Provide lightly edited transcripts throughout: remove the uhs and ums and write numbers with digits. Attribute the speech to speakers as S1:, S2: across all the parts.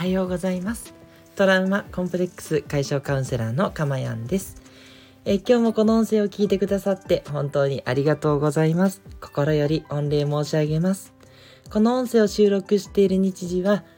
S1: はようございます。トラウマコンプレックス解消カウンセラーのかまやんです。今日もこの音声を聞いてくださって本当にありがとうございます。心より御礼申し上げます。この音声を収録している日時は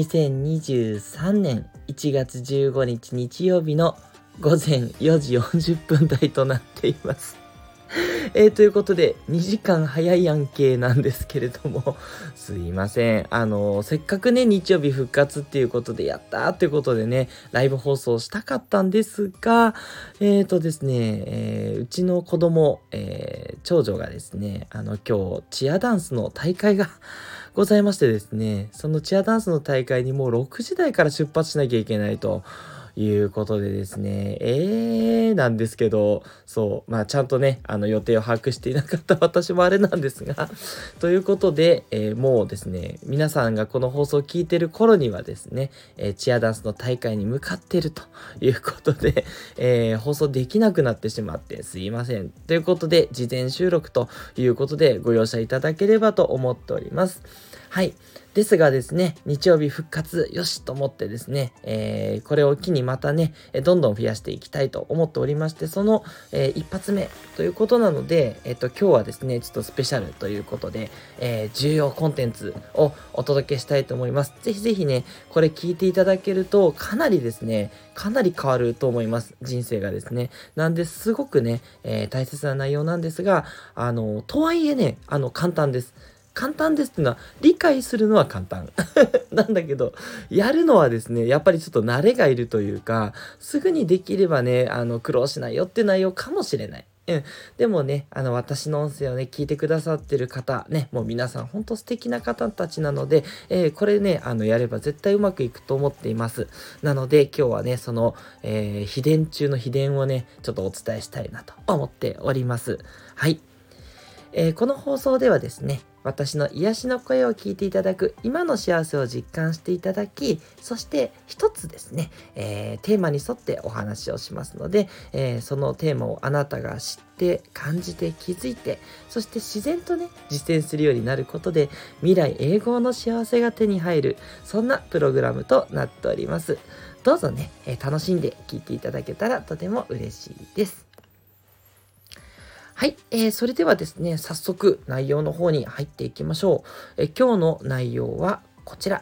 S1: 2023年1月15日日曜日の午前4時40分台となっています。ということで2時間早い案件なんですけれどもすいません。せっかくね日曜日復活っていうことでやったーっていうことでねライブ放送したかったんですがですね、うちの子供、長女がですね今日チアダンスの大会がございましてですね、そのチアダンスの大会にもう6時台から出発しなきゃいけないということでですね、なんですけど、そう、ちゃんとね、予定を把握していなかった私もあれなんですが、ということで、もうですね、皆さんがこの放送を聞いてる頃にはですね、チアダンスの大会に向かっているということで、放送できなくなってしまってすいません。ということで、事前収録ということでご容赦いただければと思っております。はい。ですがですね、日曜日復活よしと思ってですね、これを機にまたね、どんどん増やしていきたいと思っておりまして、その、一発目ということなので、今日はですね、ちょっとスペシャルということで、重要コンテンツをお届けしたいと思います。ぜひぜひね、これ聞いていただけると、かなりですね、かなり変わると思います。人生がですね。なんですごくね、大切な内容なんですが、とはいえね、簡単です。簡単ですっていうのは理解するのは簡単なんだけどやるのはですねやっぱりちょっと慣れがいるというかすぐにできればね苦労しないよって内容かもしれない。でもね私の音声をね聞いてくださってる方ねもう皆さんほんと素敵な方たちなので、これねやれば絶対うまくいくと思っています。なので今日はねその、秘伝中の秘伝をねちょっとお伝えしたいなと思っております。はい。この放送ではですね、私の癒しの声を聞いていただく今の幸せを実感していただき、そして一つですね、テーマに沿ってお話をしますので、そのテーマをあなたが知って感じて気づいて、そして自然とね、実践するようになることで未来永劫の幸せが手に入る、そんなプログラムとなっております。どうぞね、楽しんで聞いていただけたらとても嬉しいです。はい、それではですね、早速内容の方に入っていきましょう。今日の内容はこちら。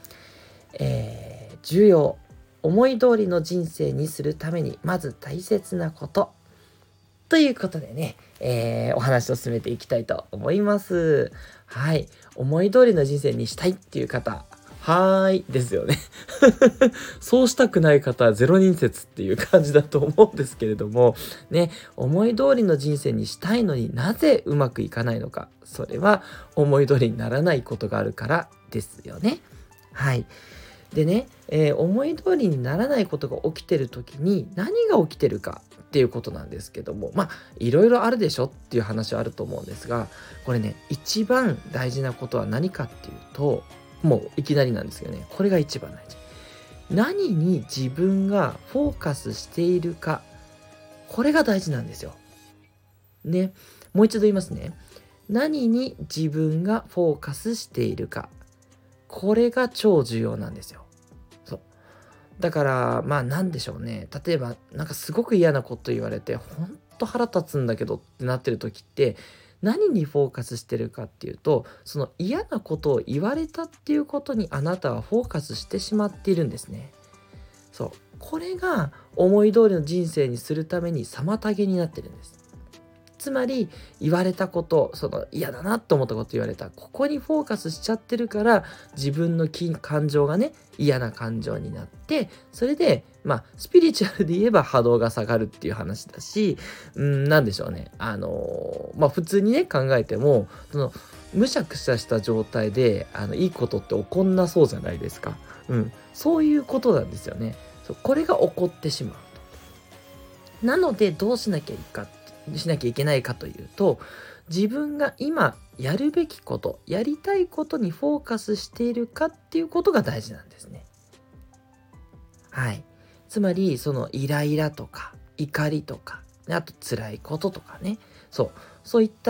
S1: 重要。思い通りの人生にするためにまず大切なこと。ということでね、お話を進めていきたいと思います。はい。思い通りの人生にしたいっていう方、はーいですよね。そうしたくない方はゼロ人説っていう感じだと思うんですけれども、ね、思い通りの人生にしたいのになぜうまくいかないのか。それは思い通りにならないことがあるからですよね。はい。でね、思い通りにならないことが起きてる時に何が起きてるかっていうことなんですけども、いろいろあるでしょっていう話はあると思うんですが、これね、一番大事なことは何かっていうと、もういきなりなんですよね。これが一番大事。何に自分がフォーカスしているか、これが大事なんですよ。ね。もう一度言いますね。何に自分がフォーカスしているか。これが超重要なんですよ。そう。だから、なんでしょうね。例えば、なんかすごく嫌なこと言われて、ほんと腹立つんだけどってなってる時って、何にフォーカスしてるかっていうと、その嫌なことを言われたっていうことにあなたはフォーカスしてしまっているんですね。そう。これが思い通りの人生にするために妨げになってるんです。つまり言われたこと、その嫌だなと思ったこと言われた、ここにフォーカスしちゃってるから自分の感情がね嫌な感情になって、それでスピリチュアルで言えば波動が下がるっていう話だし、なんでしょうね、普通にね考えてもそのむしゃくしゃした状態でいいことって起こんなそうじゃないですか。そういうことなんですよね。これが起こってしまう。なのでどうしなきゃいけないかというと、自分が今やるべきこと、やりたいことにフォーカスしているかっていうことが大事なんですね。はい。つまり、そのイライラとか怒りとか、あと辛いこととかね。そういった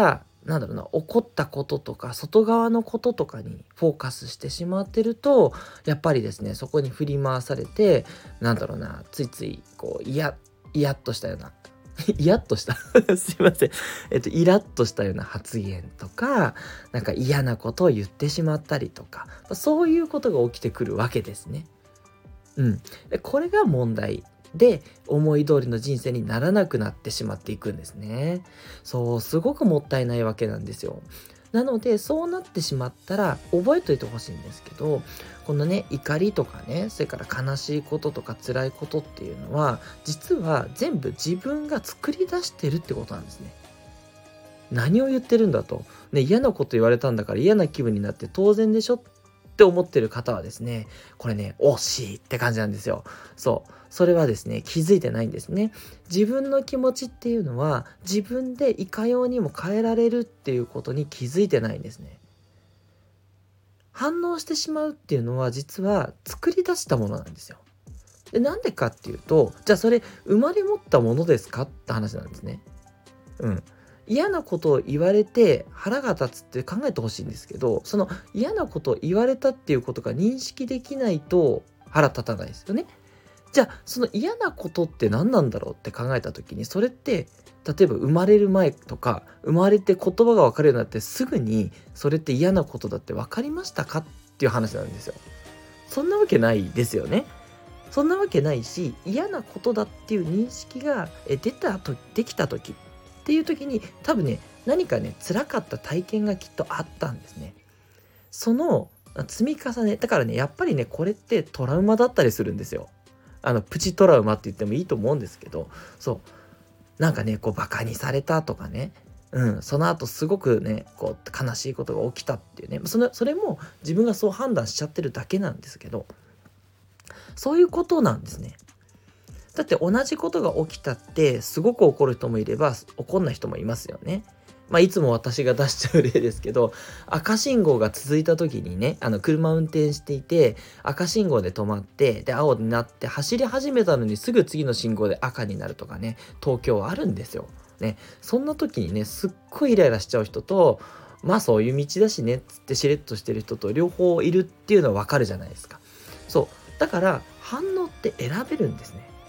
S1: 起こったこととか外側のこととかにフォーカスしてしまってると、やっぱりですねそこに振り回されて、ついついこうイラッとしたようなイラッとしたすいませんイラッとしたような発言とか、嫌なことを言ってしまったりとか、そういうことが起きてくるわけですね。でこれが問題で、思い通りの人生にならなくなってしまっていくんですね。そう、すごくもったいないわけなんですよ。なのでそうなってしまったら覚えておいてほしいんですけど、このね怒りとかね、それから悲しいこととか辛いことっていうのは実は全部自分が作り出してるってことなんですね。何を言ってるんだと、嫌なこと言われたんだから嫌な気分になって当然でしょって思ってる方はですね、これね惜しいって感じなんですよ。それはですね気づいてないんですね。自分の気持ちっていうのは自分でいかようにも変えられるっていうことに気づいてないんですね。反応してしまうっていうのは実は作り出したものなんですよ。でなんでかっていうと、じゃあそれ生まれ持ったものですかって話なんですね。嫌なことを言われて腹が立つって考えてほしいんですけど、その嫌なことを言われたっていうことが認識できないと腹立たないですよね。じゃあその嫌なことって何なんだろうって考えた時に、それって例えば生まれる前とか生まれて言葉が分かるようになってすぐにそれって嫌なことだって分かりましたかっていう話なんですよ。そんなわけないですよね。そんなわけないし、嫌なことだっていう認識ができた時っていう時に多分ね何かね辛かった体験がきっとあったんですね。その積み重ねだからね、やっぱりねこれってトラウマだったりするんですよ。プチトラウマって言ってもいいと思うんですけど、こうバカにされたとかね、その後すごくねこう悲しいことが起きたっていうね、それも自分がそう判断しちゃってるだけなんですけど、そういうことなんですね。だって同じことが起きたってすごく怒る人もいれば怒んない人もいますよね。いつも私が出しちゃう例ですけど、赤信号が続いた時にね、車運転していて赤信号で止まって、で青になって走り始めたのにすぐ次の信号で赤になるとかね、東京はあるんですよ。そんな時にねすっごいイライラしちゃう人と、そういう道だしねっつってしれっとしてる人と両方いるっていうのはわかるじゃないですか。だから反応って選べるんですね。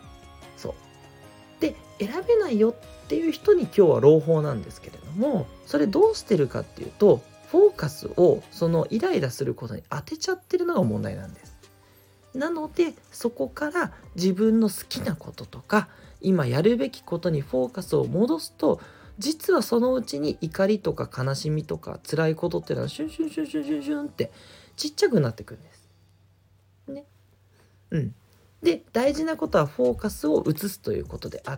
S1: で選べないよっていう人に今日は朗報なんですけれども、それどうしてるかっていうと、フォーカスをそのイライラすることに当てちゃってるのが問題なんです。なのでそこから自分の好きなこととか今やるべきことにフォーカスを戻すと、実はそのうちに怒りとか悲しみとか辛いことっていうのはシュンシュンシュンシュンシュンシュンってちっちゃくなってくるんですね。で大事なことはフォーカスを移すということであって、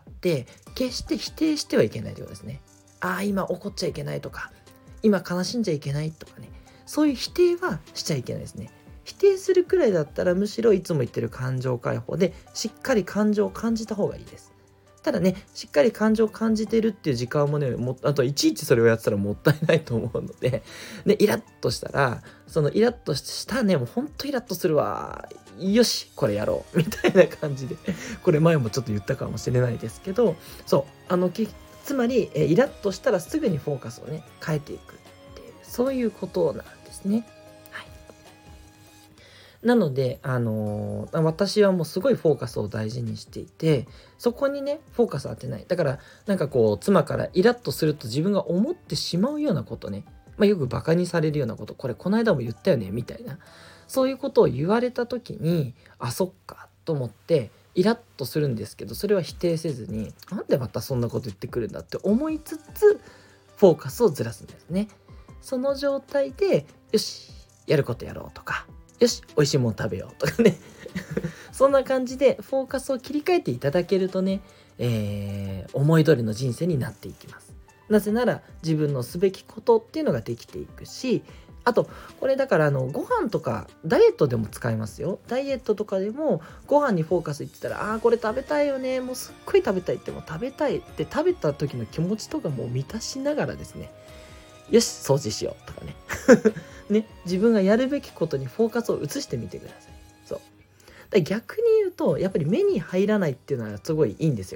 S1: 決して否定してはいけないということですね。今怒っちゃいけないとか今悲しんじゃいけないとかね、そういう否定はしちゃいけないですね。否定するくらいだったらむしろいつも言ってる感情解放でしっかり感情を感じた方がいいです。ただね、しっかり感情を感じてるっていう時間もね、あといちいちそれをやってたらもったいないと思うので、イラッとしたら、そのイラッとしたね、もうほんとイラッとするわ。よし、これやろう。みたいな感じで、これ前もちょっと言ったかもしれないですけど、つまり、イラッとしたらすぐにフォーカスをね、変えていくっていう、そういうことなんですね。なので、私はもうすごいフォーカスを大事にしていて、そこにね、フォーカスを当てない。だから、妻からイラッとすると自分が思ってしまうようなことね。よくバカにされるようなこと、これこの間も言ったよね、みたいな。そういうことを言われた時に、そっか、と思って、イラッとするんですけど、それは否定せずに、なんでまたそんなこと言ってくるんだって思いつつ、フォーカスをずらすんですね。その状態で、よし、やることやろうとか、よし美味しいもの食べようとかねそんな感じでフォーカスを切り替えていただけるとね、思い通りの人生になっていきます。なぜなら自分のすべきことっていうのができていくし、あとこれだからご飯とかダイエットでも使えますよ。ダイエットとかでもご飯にフォーカスいってたら、これ食べたいよね、もうすっごい食べたいっても食べたいって食べた時の気持ちとかも満たしながらですね、よし掃除しようとかねね、自分がやるべきことにフォーカスを移してみてください。逆に言うとやっぱり目に入らないっていうのはすごいいいんですよ。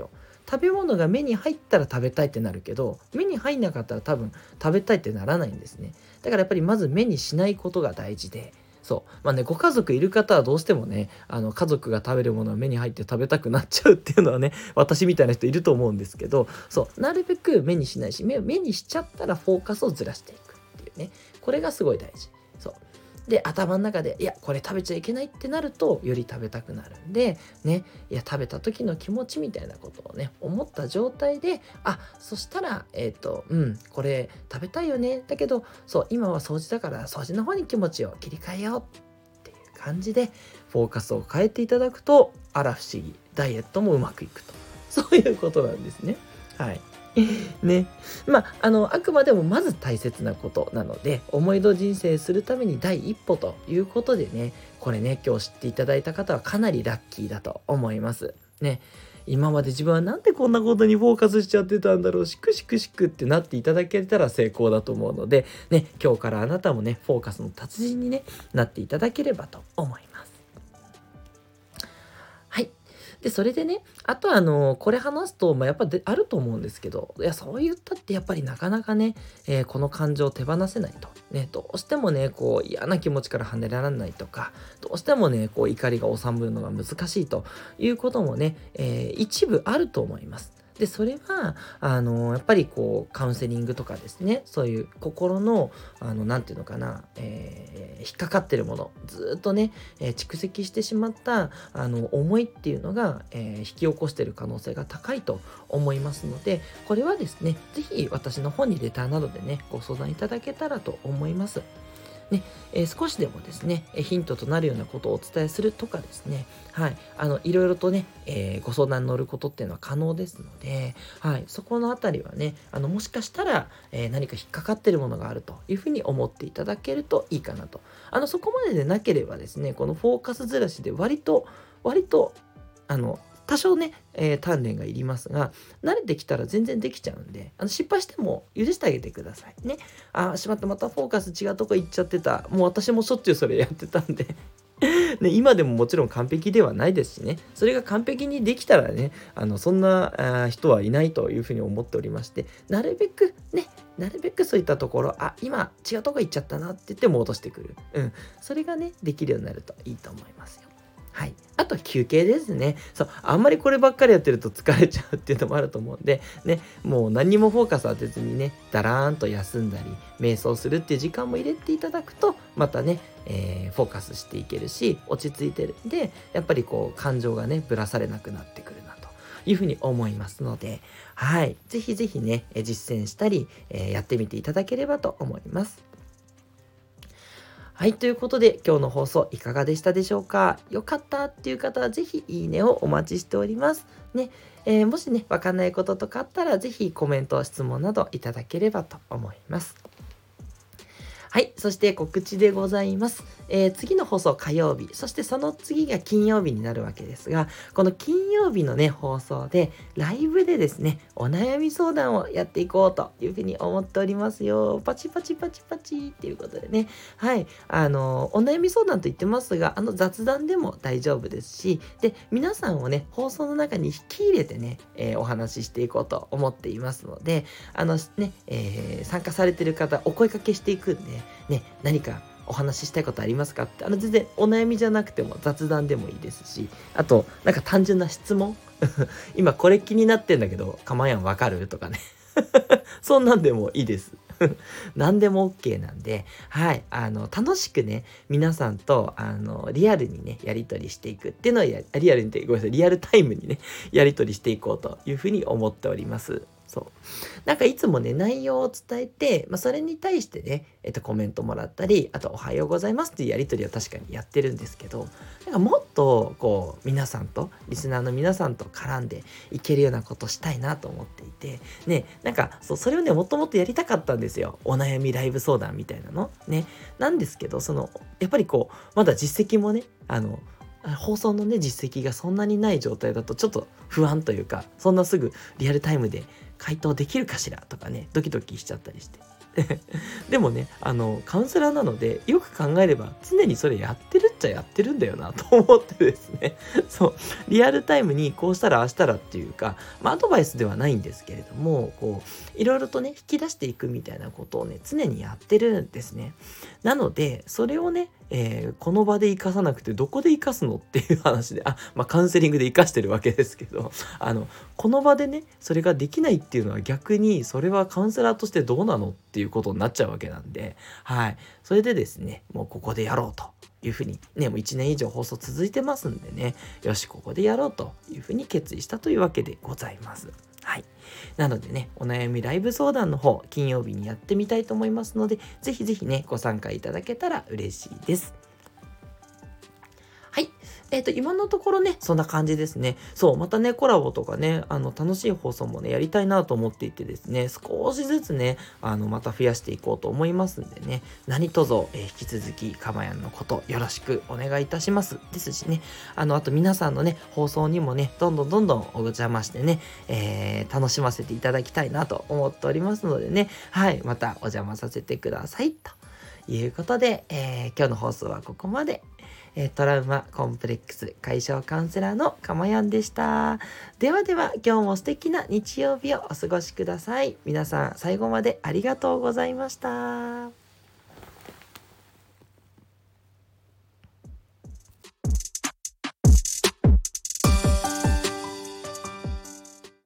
S1: 食べ物が目に入ったら食べたいってなるけど、目に入んなかったら多分食べたいってならないんですね。だからやっぱりまず目にしないことが大事で、ご家族いる方はどうしてもね、家族が食べるものが目に入って食べたくなっちゃうっていうのはね、私みたいな人いると思うんですけど、なるべく目にしないし、目にしちゃったらフォーカスをずらしていくっていうね、これがすごい大事。で、頭の中で、いや、これ食べちゃいけないってなると、より食べたくなるんで、ね、いや、食べた時の気持ちみたいなことをね、思った状態で、そしたら、これ食べたいよね。だけど、今は掃除だから、掃除の方に気持ちを切り替えようっていう感じで、フォーカスを変えていただくと、あら不思議、ダイエットもうまくいくと。そういうことなんですね。はい。ね。あくまでもまず大切なことなので、思い出人生するために第一歩ということでね、これね、今日知っていただいた方はかなりラッキーだと思います。ね。今まで自分はなんでこんなことにフォーカスしちゃってたんだろう、しくしくしくってなっていただけたら成功だと思うので、ね、今日からあなたもね、フォーカスの達人にね、なっていただければと思います。はい。で、それでね、あとこれ話すと、やっぱあると思うんですけど、いや、そう言ったってやっぱりなかなかね、この感情を手放せないと。ね、どうしてもね、嫌な気持ちから離れられないとか、どうしてもね、怒りが収まるのが難しいということもね、一部あると思います。で、それは、やっぱりカウンセリングとかですね、そういう心の、なんていうのかな、引っかかってるもの、ずっとね、蓄積してしまった、思いっていうのが、引き起こしている可能性が高いと思いますので、これはですね、ぜひ私の方にレターなどでね、ご相談いただけたらと思います。ね、少しでもですね、ヒントとなるようなことをお伝えするとかですね、はい、いろいろとね、ご相談に乗ることっていうのは可能ですので、はい、そこのあたりはね、もしかしたら、何か引っかかってるものがあるというふうに思っていただけるといいかなと。そこまででなければですね、このフォーカスずらしで割と、多少ね、鍛錬がいりますが、慣れてきたら全然できちゃうんで、失敗しても許してあげてくださいね。しまった、またフォーカス違うとこ行っちゃってた。もう私もしょっちゅうそれやってたんでね、今でももちろん完璧ではないですしね、それが完璧にできたらね、そんな人はいないというふうに思っておりまして、なるべくそういったところ、今違うとこ行っちゃったなって言って戻してくる。それがね、できるようになるといいと思いますよ。はい。あとは休憩ですね。あんまりこればっかりやってると疲れちゃうっていうのもあると思うんで、ね、もう何にもフォーカス当てずにね、だらーんと休んだり、瞑想するっていう時間も入れていただくと、またね、フォーカスしていけるし、落ち着いてるんで、やっぱり感情がね、ぶらされなくなってくるなというふうに思いますので、はい。ぜひぜひね、実践したり、やってみていただければと思います。はい。ということで、今日の放送いかがでしたでしょうか？よかったっていう方は、ぜひいいねをお待ちしております。ね。もしね、わかんないこととかあったら、ぜひコメント、質問などいただければと思います。はい。そして告知でございます。次の放送火曜日、そしてその次が金曜日になるわけですが、この金曜日のね、放送で、ライブでですね、お悩み相談をやっていこうというふうに思っておりますよ。パチパチパチパチっていうことでね。はい。お悩み相談と言ってますが、雑談でも大丈夫ですし、で、皆さんをね、放送の中に引き入れてね、お話ししていこうと思っていますので、参加されてる方、お声かけしていくんで、ね、何かお話ししたいことありますかって、全然お悩みじゃなくても雑談でもいいですし、あと、なんか単純な質問今これ気になってんだけど、かまやんわかるとかね。そんなんでもいいです。何でも OK なんで、はい、楽しくね、皆さんと、リアルにね、やり取りしていくっていうのをリアルにごめんなさい、リアルタイムにね、やり取りしていこうというふうに思っております。そう。なんかいつもね、内容を伝えて、それに対してね、コメントもらったり、あとおはようございますっていうやり取りは確かにやってるんですけど、なんかもっと皆さんと、リスナーの皆さんと絡んでいけるようなことしたいなと思っていて、ね、なんかそれをね、もっともっとやりたかったんですよ。お悩みライブ相談みたいなの。ね。なんですけど、やっぱりまだ実績もね、放送のね、実績がそんなにない状態だとちょっと不安というか、そんなすぐリアルタイムで回答できるかしらとかね、ドキドキしちゃったりして。でもね、カウンセラーなので、よく考えれば常にそれやってるちゃやってるんだよなと思ってですねそうリアルタイムにこうしたらああしたらっていうか、アドバイスではないんですけれども、こういろいろとね引き出していくみたいなことをね常にやってるんですね。なのでそれをね、この場で活かさなくてどこで活かすのっていう話でカウンセリングで活かしてるわけですけどこの場でねそれができないっていうのは逆にそれはカウンセラーとしてどうなのっていうことになっちゃうわけなんで、それでですねもうここでやろうというふうにねもう1年以上放送続いてますんでね、よしここでやろうというふうに決意したというわけでございます。なのでねお悩みライブ相談の方金曜日にやってみたいと思いますので、ぜひぜひねご参加いただけたら嬉しいです。今のところね、そんな感じですね。そう、またね、コラボとかね、楽しい放送もね、やりたいなと思っていてですね、少しずつね、また増やしていこうと思いますんでね、何卒、引き続き、かまやんのことよろしくお願いいたします。ですしね、あと皆さんのね、放送にもね、どんどんお邪魔してね、楽しませていただきたいなと思っておりますのでね、またお邪魔させてください。ということで、今日の放送はここまで。トラウマコンプレックス解消カウンセラーのかまやんでした。ではでは今日も素敵な日曜日をお過ごしください。皆さん最後までありがとうございました。